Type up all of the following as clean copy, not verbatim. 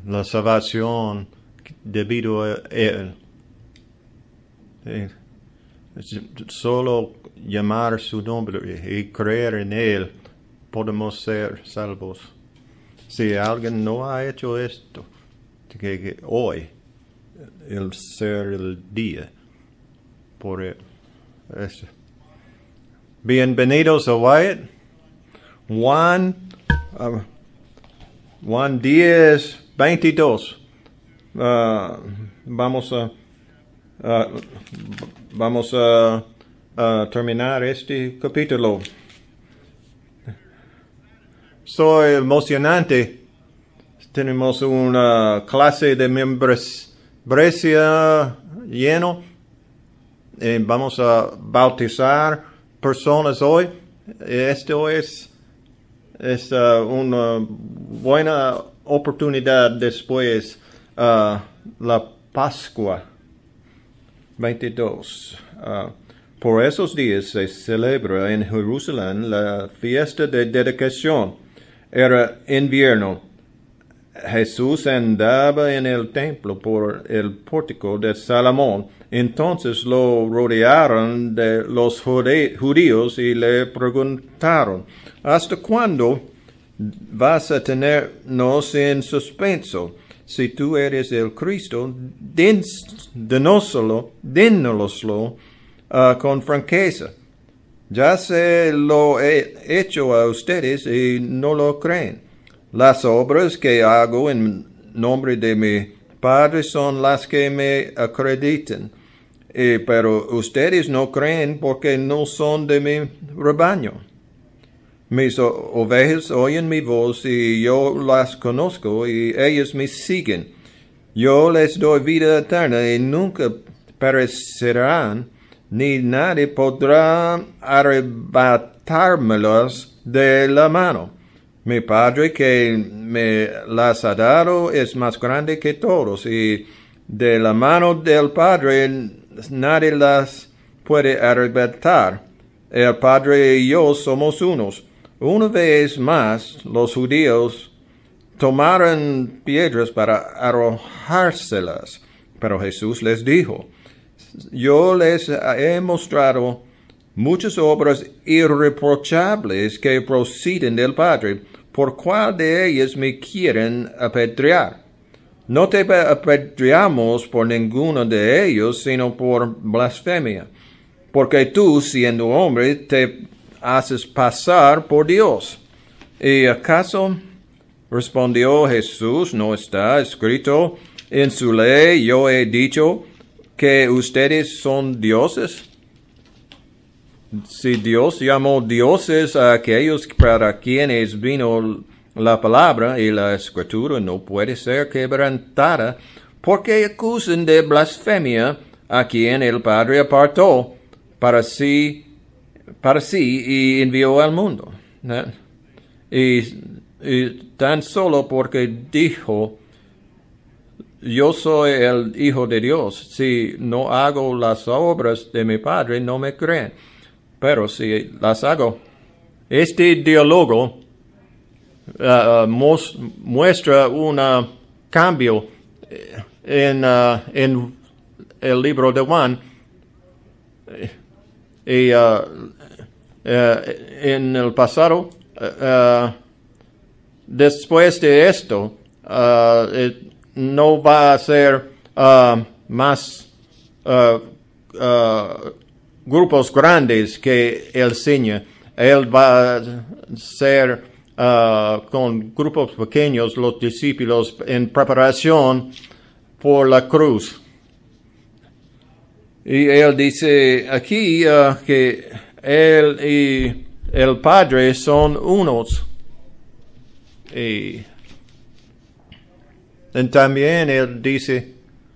la salvación debido a Él. Solo llamar su nombre y creer en Él, podemos ser salvos. Si alguien no ha hecho esto, que hoy, el ser el día, por eso. Bienvenidos a Wyatt. Juan 10:22. Vamos a terminar este capítulo. Soy emocionante. Tenemos una clase de membresía lleno. Vamos a bautizar personas hoy. Esto es una buena oportunidad después la Pascua 22. Por esos días se celebra en Jerusalén la fiesta de dedicación. Era invierno. Jesús andaba en el templo por el pórtico de Salomón. Entonces lo rodearon de los judíos y le preguntaron, ¿hasta cuándo vas a tenernos en suspenso? Si tú eres el Cristo, dínoslo con franqueza. Ya se lo he hecho a ustedes y no lo creen. Las obras que hago en nombre de mi Padre son las que me acreditan. Pero ustedes no creen porque no son de mi rebaño. Mis ovejas oyen mi voz y yo las conozco y ellas me siguen. Yo les doy vida eterna y nunca perecerán, ni nadie podrá arrebatármelas de la mano. Mi Padre que me las ha dado es más grande que todos y de la mano del Padre nadie las puede arrebatar. El Padre y yo somos unos. Una vez más, los judíos tomaron piedras para arrojárselas, pero Jesús les dijo, yo les he mostrado muchas obras irreprochables que proceden del Padre. ¿Por cuál de ellas me quieren apedrear? No te apedreamos por ninguno de ellos, sino por blasfemia, porque tú, siendo hombre, te haces pasar por Dios. ¿Y acaso, respondió Jesús, no está escrito en su ley, yo he dicho que ustedes son dioses? Si Dios llamó dioses a aquellos para quienes vino la palabra y la escritura no puede ser quebrantada, porque acusan de blasfemia a quien el Padre apartó para sí y envió al mundo. ¿No? Y tan solo porque dijo, yo soy el Hijo de Dios, si no hago las obras de mi Padre, no me creen. Pero si las hago, este diálogo muestra un cambio en el libro de Juan. Y en el pasado, después de esto, no va a ser más grupos grandes que él enseña. Él va a ser con grupos pequeños los discípulos en preparación por la cruz. Y él dice aquí que él y el Padre son unos. Y también él dice,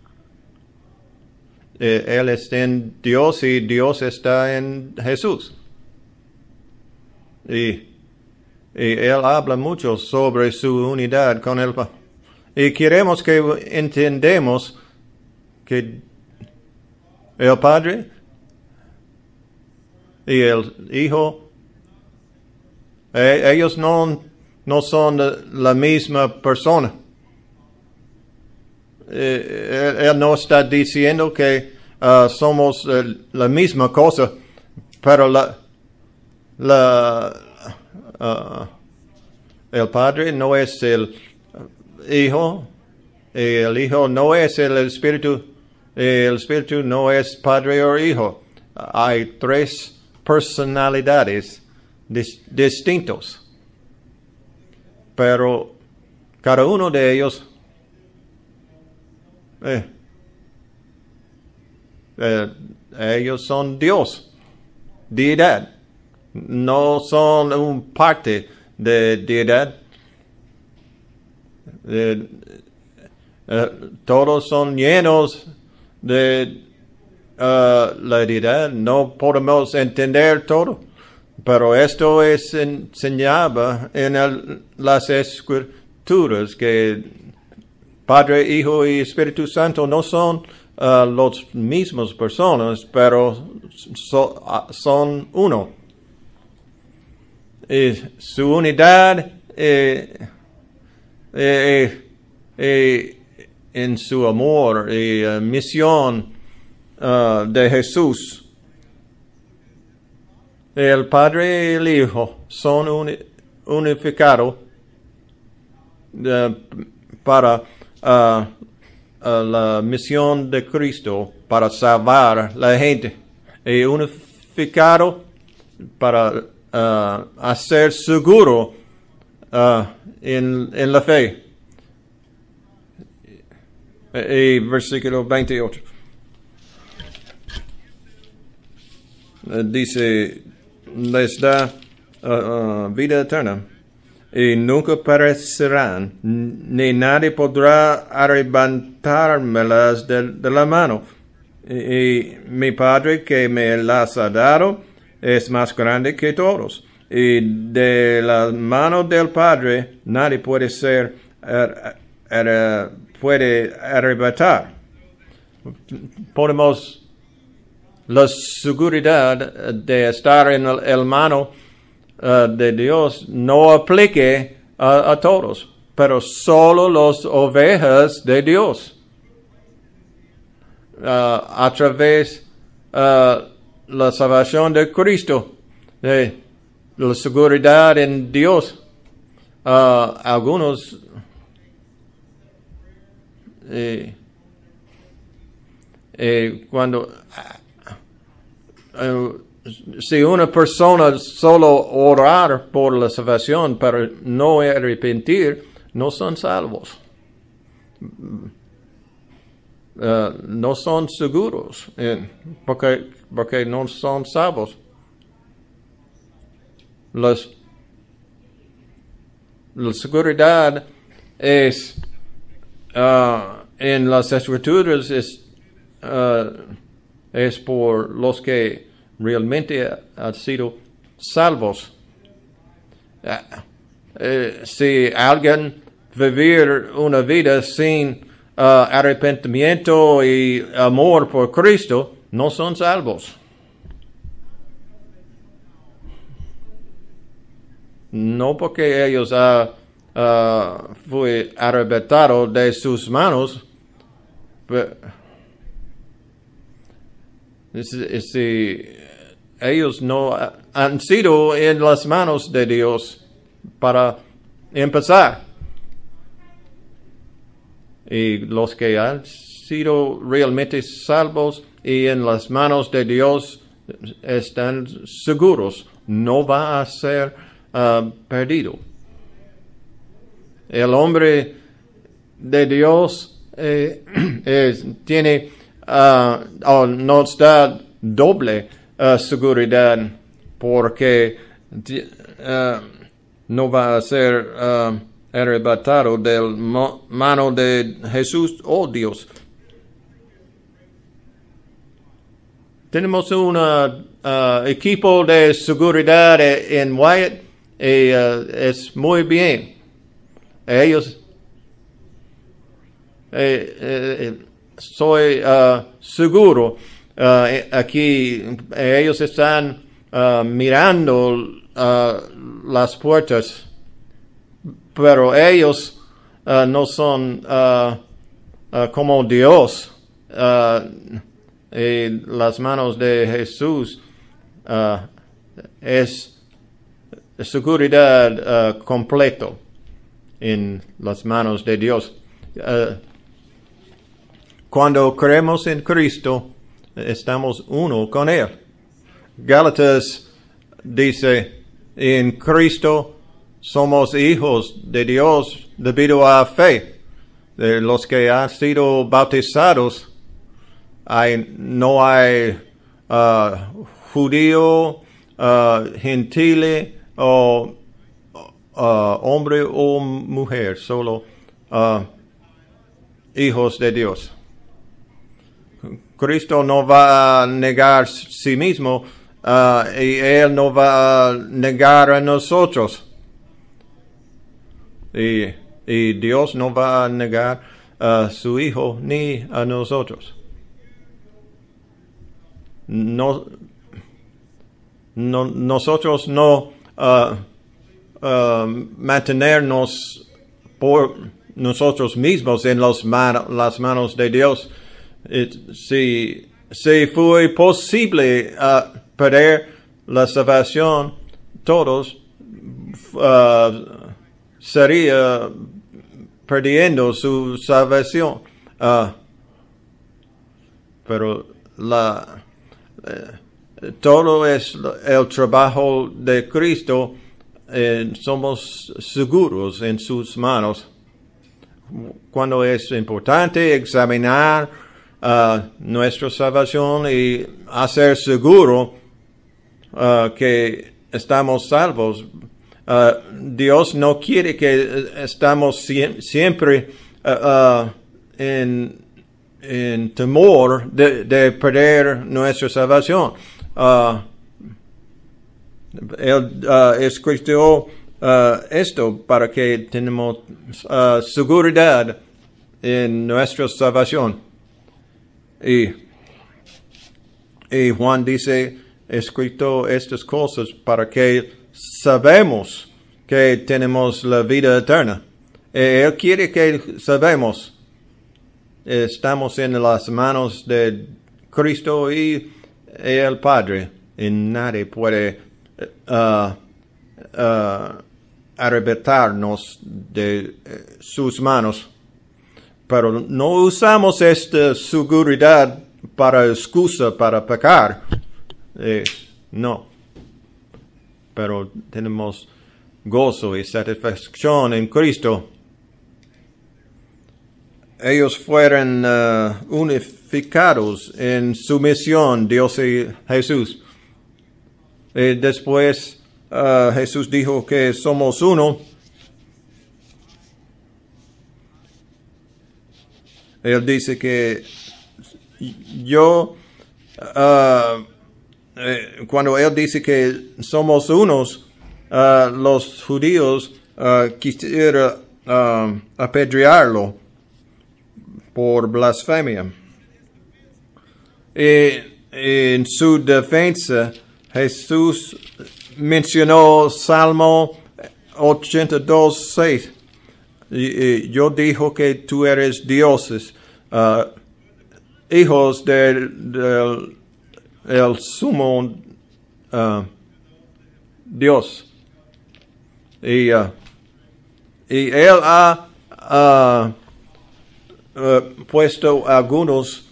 él está en Dios y Dios está en Jesús. Y él habla mucho sobre su unidad con el Padre. Y queremos que entendamos que el Padre y el Hijo, ellos no son la misma persona. él no está diciendo que somos la misma cosa, pero el Padre no es el Hijo, y el Hijo no es el Espíritu no es Padre o Hijo. Hay tres personalidades distintos, pero cada uno de ellos ellos son Dios, deidad, no son un parte de deidad. Todos son llenos de la deidad. No podemos entender todo, pero esto es enseñado en las Escrituras, que Padre, Hijo y Espíritu Santo no son los mismos personas, pero son uno. Y su unidad en su amor y misión de Jesús. El Padre y el Hijo son unificados para la misión de Cristo, para salvar la gente, y unificado para hacer seguro en la fe. Y versículo 28. Dice, les da vida eterna y nunca perecerán, ni nadie podrá arrebatármelas de la mano. Y mi Padre que me las ha dado es más grande que todos, y de la mano del Padre nadie puede ser puede arrebatar. Podemos la seguridad de estar en el mano de Dios no aplique a todos, pero solo las ovejas de Dios. A través la salvación de Cristo, la seguridad en Dios. Algunos cuando si una persona solo orar por la salvación pero no arrepentir, no son salvos. No son seguros porque no son salvos. La seguridad es en las Escrituras es por los que realmente han sido salvos. Si alguien vivir una vida sin arrepentimiento y amor por Cristo, no son salvos. No porque ellos fue arrebatado de sus manos, si ellos no han sido en las manos de Dios para empezar. Y los que han sido realmente salvos y en las manos de Dios están seguros, no va a ser perdido. El hombre de Dios tiene nos da doble seguridad, porque no va a ser arrebatado de la mano de Jesús o Dios. Tenemos un equipo de seguridad en Wyatt y es muy bien. Ellos soy seguro aquí ellos están mirando las puertas, pero ellos no son como Dios. Y las manos de Jesús es seguridad completo en las manos de Dios. Cuando creemos en Cristo, estamos uno con Él. Gálatas dice, en Cristo somos hijos de Dios debido a fe. De los que han sido bautizados, no hay judío, gentil o hombre o mujer, solo hijos de Dios. Cristo no va a negar sí mismo y Él no va a negar a nosotros. Y Dios no va a negar a su Hijo ni a nosotros. Nosotros no mantenernos por nosotros mismos en las manos de Dios. Si fue posible perder la salvación, todos sería perdiendo su salvación. Pero todo es el trabajo de Cristo. Somos seguros en sus manos. Cuando es importante examinar nuestra salvación y hacer seguro que estamos salvos, Dios no quiere que estamos siempre en temor de perder nuestra salvación. Él escribió esto para que tenemos seguridad en nuestra salvación. Y Juan dice, escrito estas cosas para que sabemos que tenemos la vida eterna. Él quiere que sabemos. Estamos en las manos de Cristo y el Padre. Y nadie puede arrebatarnos de sus manos. Pero no usamos esta seguridad para excusa para pecar. No. Pero tenemos gozo y satisfacción en Cristo. Ellos fueron unificados en su misión, Dios y Jesús. Después Jesús dijo que somos uno. Él dice que cuando Él dice que somos unos, los judíos quisieron apedrearlo por blasfemia. En su defensa, Jesús mencionó Salmo 82:6. Yo dijo que tú eres dioses, hijos del sumo Dios. Y Él ha puesto algunos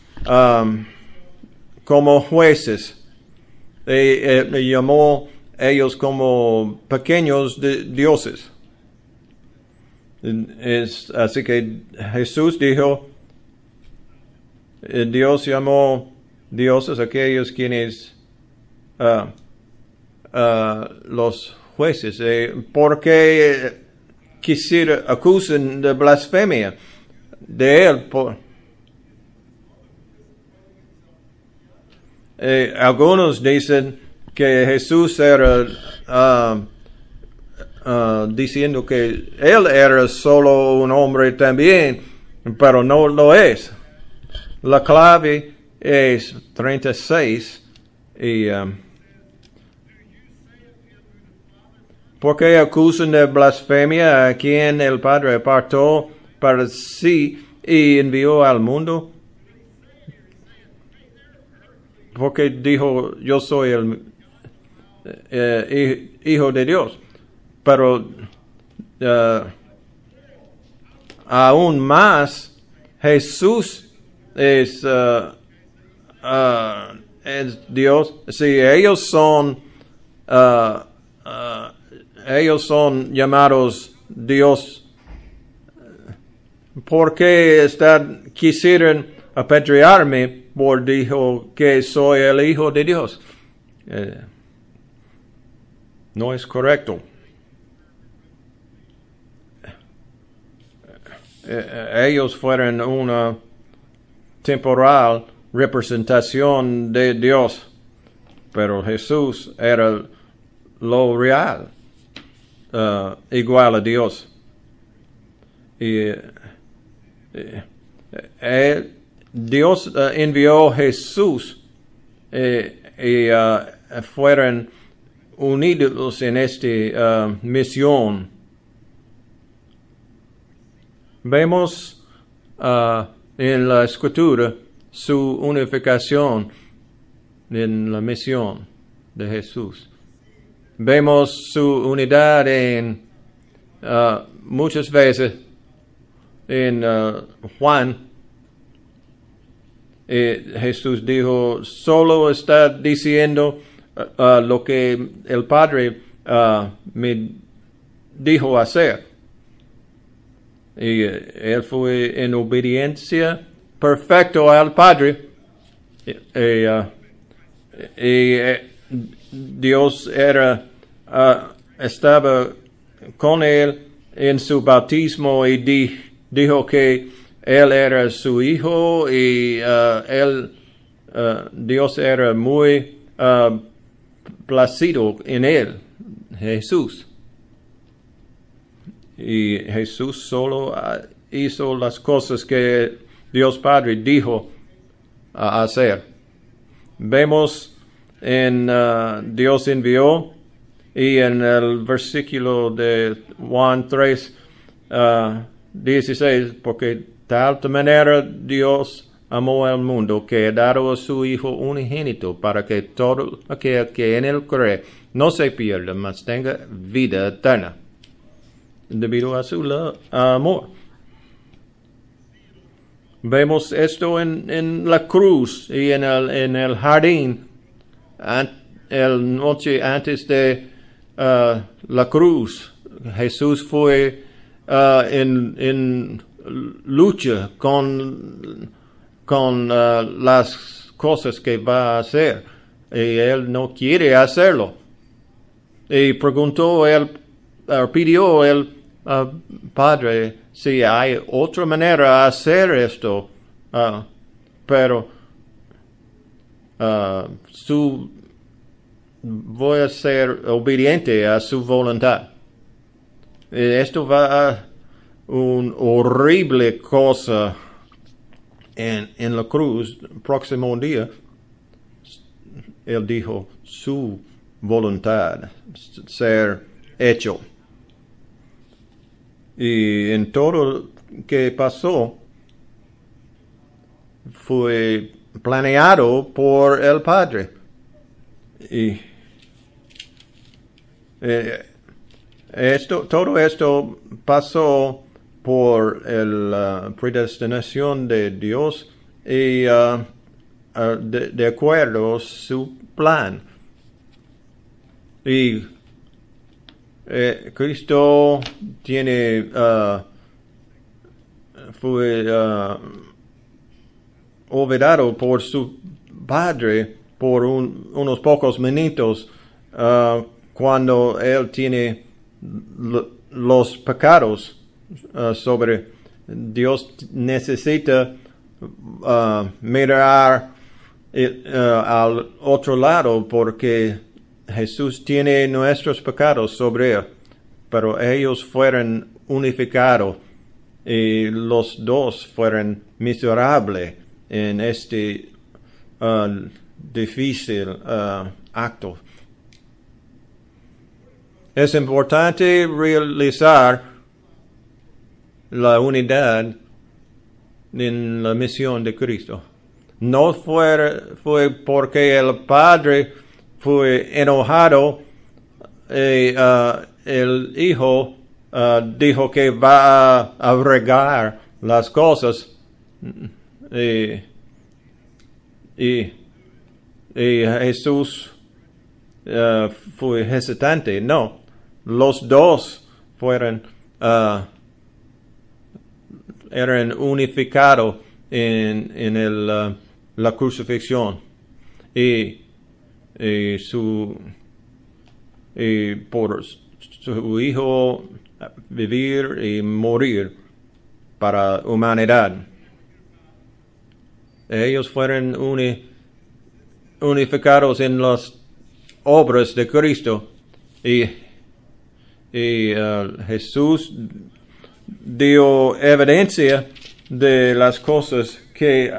como jueces. Y llamó ellos como pequeños dioses. Así que Jesús dijo, Dios llamó dioses aquellos quienes los jueces. ¿Por qué acusan de blasfemia de Él? Algunos dicen que Jesús era diciendo que Él era solo un hombre también, pero no lo es. La clave es 36 y ¿por qué acusan de blasfemia a quien el Padre apartó para sí y envió al mundo, porque dijo, yo soy el Hijo de Dios. Pero aún más, Jesús es Dios. Si ellos son llamados Dios, ¿por qué quisieran apedrearme por dijo que soy el Hijo de Dios? No es correcto. Ellos fueron una temporal representación de Dios, pero Jesús era lo real, igual a Dios. Y Dios envió a Jesús y fueron unidos en esta misión. Vemos en la Escritura su unificación en la misión de Jesús. Vemos su unidad en muchas veces en Juan. Jesús dijo, solo está diciendo lo que el Padre me dijo hacer. Y él fue en obediencia perfecto al Padre. Dios estaba con él en su bautismo y dijo que él era su hijo y Dios era muy placido en él, Jesús. Y Jesús solo hizo las cosas que Dios Padre dijo hacer. Vemos en Dios envió, y en el versículo de Juan 3, 16, porque tal manera Dios amó al mundo que ha dado a su Hijo unigénito para que todo aquel que en él cree no se pierda, mas tenga vida eterna. Debido a su amor. Vemos esto en la cruz y en el jardín, el noche antes de la cruz. Jesús fue en lucha con las cosas que va a hacer, y él no quiere hacerlo. Y pidió el Padre, si hay otra manera de hacer esto, pero voy a ser obediente a su voluntad. Esto va a una horrible cosa en la cruz. El próximo día, él dijo su voluntad ser hecho. Y en todo lo que pasó fue planeado por el Padre. Y todo esto pasó por la predestinación de Dios y de acuerdo a su plan. Y Cristo fue olvidado por su Padre por unos pocos minutos cuando él tiene los pecados sobre. Dios necesita mirar al otro lado porque Jesús tiene nuestros pecados sobre él, pero ellos fueron unificados y los dos fueron miserables en este difícil acto. Es importante realizar la unidad en la misión de Cristo. No fue porque el Padre fue enojado y el Hijo dijo que va a arreglar las cosas y Jesús fue hesitante. No, los dos eran unificados en la crucifixión y por su Hijo vivir y morir para humanidad. Ellos fueron unificados en las obras de Cristo y Jesús dio evidencia de las cosas que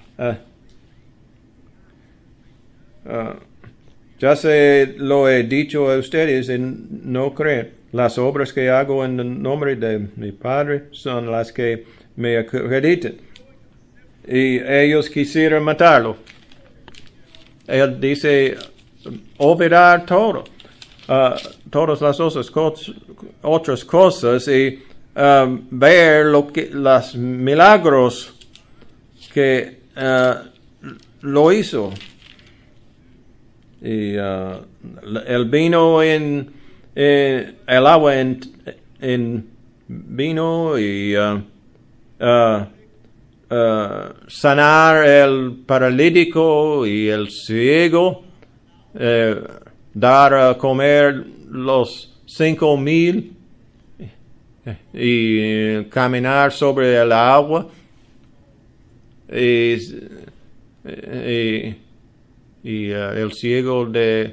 ya se lo he dicho a ustedes y no creen. Las obras que hago en el nombre de mi Padre son las que me acreditan. Y ellos quisieron matarlo. Él dice, olvidar todo, todas las otras cosas y ver los milagros que lo hizo. Y el vino el agua en vino y sanar el paralítico y el ciego, dar a comer los 5,000 y caminar sobre el agua y el ciego del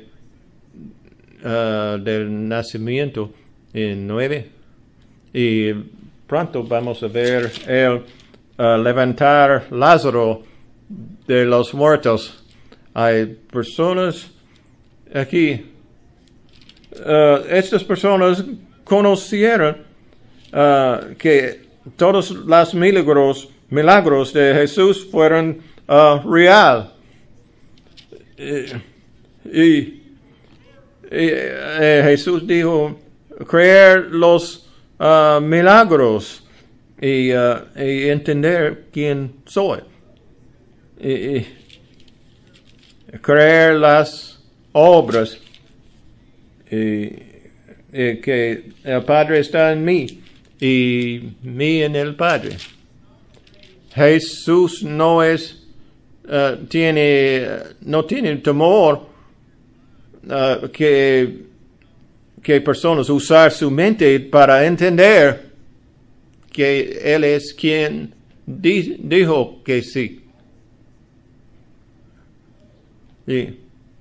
nacimiento en 9 y pronto vamos a ver el levantar Lázaro de los muertos. Hay personas aquí, estas personas conocieron que todos los milagros de Jesús fueron real. Y Jesús dijo, creer los milagros y entender quién soy. Y creer las obras que el Padre está en mí y mí en el Padre. Jesús no tiene temor que personas usar su mente para entender que Él es quien dijo que sí. Y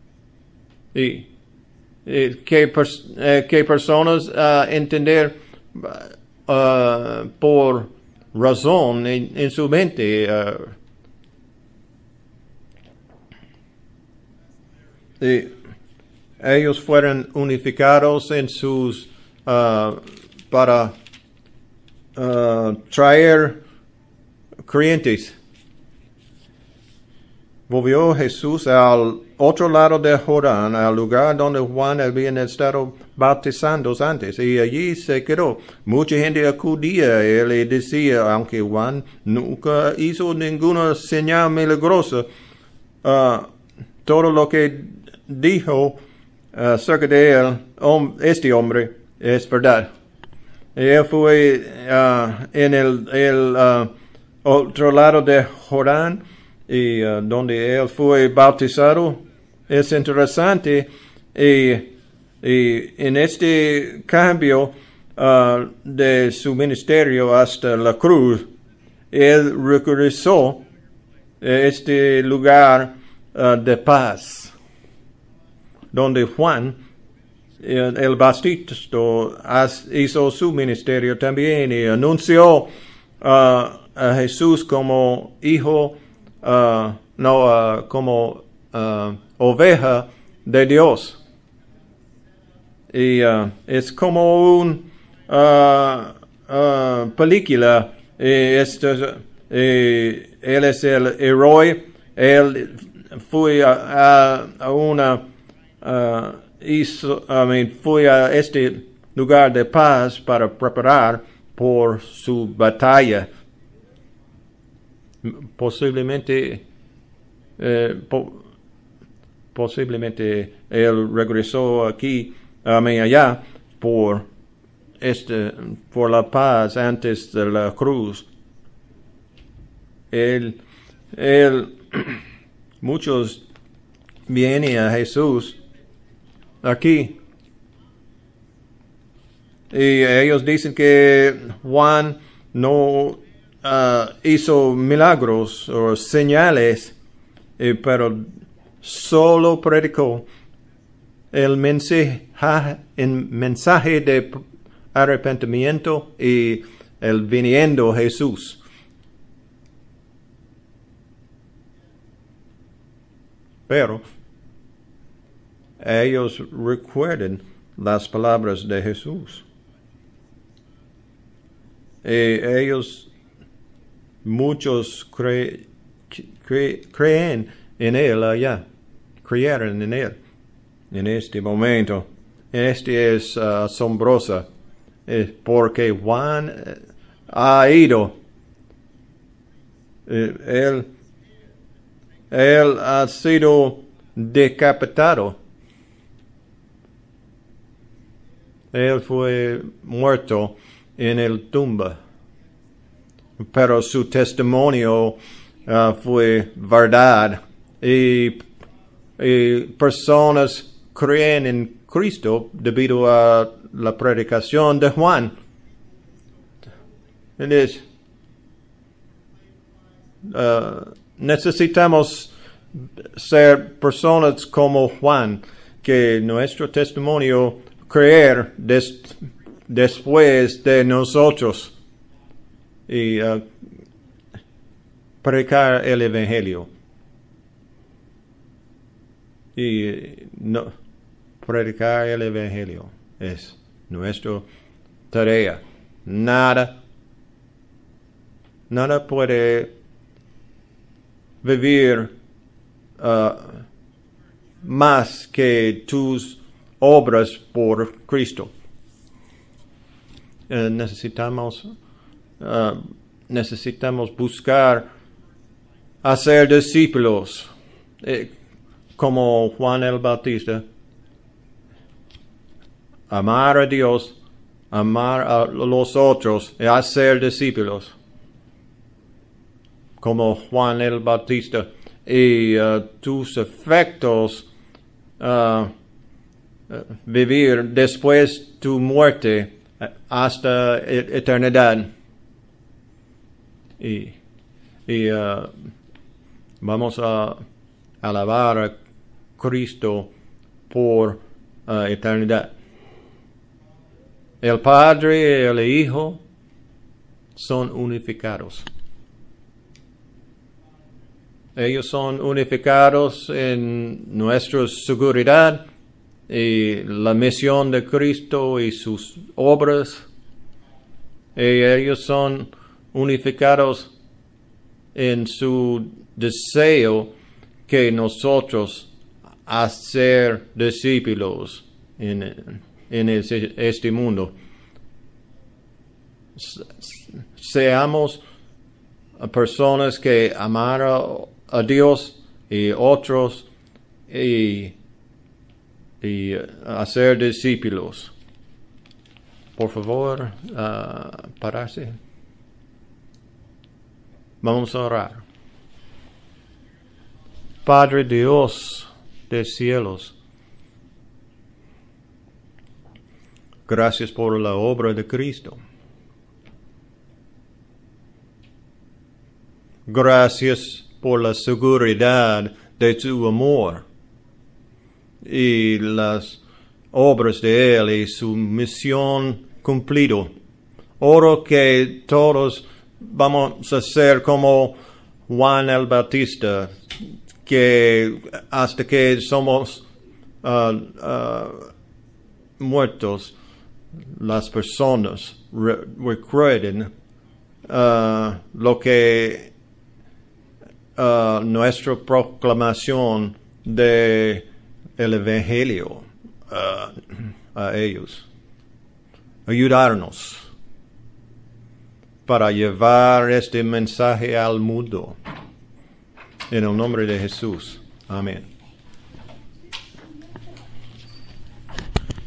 que personas entender por razón en su mente. Ellos fueron unificados en sus para traer creyentes. Volvió Jesús al otro lado del Jordán, al lugar donde Juan había estado bautizando antes, y allí se quedó. Mucha gente acudía a él y decía, aunque Juan nunca hizo ninguna señal milagrosa, todo lo que dijo acerca de él, este hombre, es verdad. Él fue en el otro lado de Jordán y donde él fue bautizado. Es interesante y en este cambio de su ministerio hasta la cruz, él regresó a este lugar de paz, donde Juan, el Bautista, hizo su ministerio también y anunció a Jesús como hijo, como oveja de Dios. Y es como una película. Él es el héroe. Él fue fue a este lugar de paz para preparar por su batalla. Posiblemente él regresó aquí, allá, por la paz antes de la cruz. Muchos vienen a Jesús aquí y ellos dicen que Juan no hizo milagros o señales, pero solo predicó el mensaje de arrepentimiento y el viniendo Jesús. Pero ellos recuerdan las palabras de Jesús. Muchos creen en Él allá, creyeron en Él en este momento. Este es asombroso, porque Juan ha ido. Él ha sido decapitado. Él fue muerto en el tumba. Pero su testimonio fue verdad. Y personas creen en Cristo debido a la predicación de Juan. Entonces, necesitamos ser personas como Juan, que nuestro testimonio creer después de nosotros y predicar el Evangelio. Y no, predicar el Evangelio es nuestra tarea. Nada puede vivir más que tus obras por Cristo. Necesitamos buscar hacer discípulos, como Juan el Bautista, amar a Dios, amar a los otros y hacer discípulos, como Juan el Bautista. Y tus efectos vivir después tu muerte hasta eternidad. Y vamos a alabar a Cristo por eternidad. El Padre y el Hijo son unificados. Ellos son unificados en nuestra seguridad y la misión de Cristo y sus obras. Y ellos son unificados en su deseo que nosotros hacer discípulos en este mundo. Seamos personas que aman a Dios y otros y hacer discípulos. Por favor, pararse. Vamos a orar. Padre Dios de cielos, gracias por la obra de Cristo. Gracias por la seguridad de tu amor y las obras de Él y su misión cumplido. Oro que todos vamos a ser como Juan el Bautista, que hasta que somos muertos, las personas recuerden lo que nuestra proclamación de el evangelio a ellos. Ayudarnos para llevar este mensaje al mundo. En el nombre de Jesús. Amén.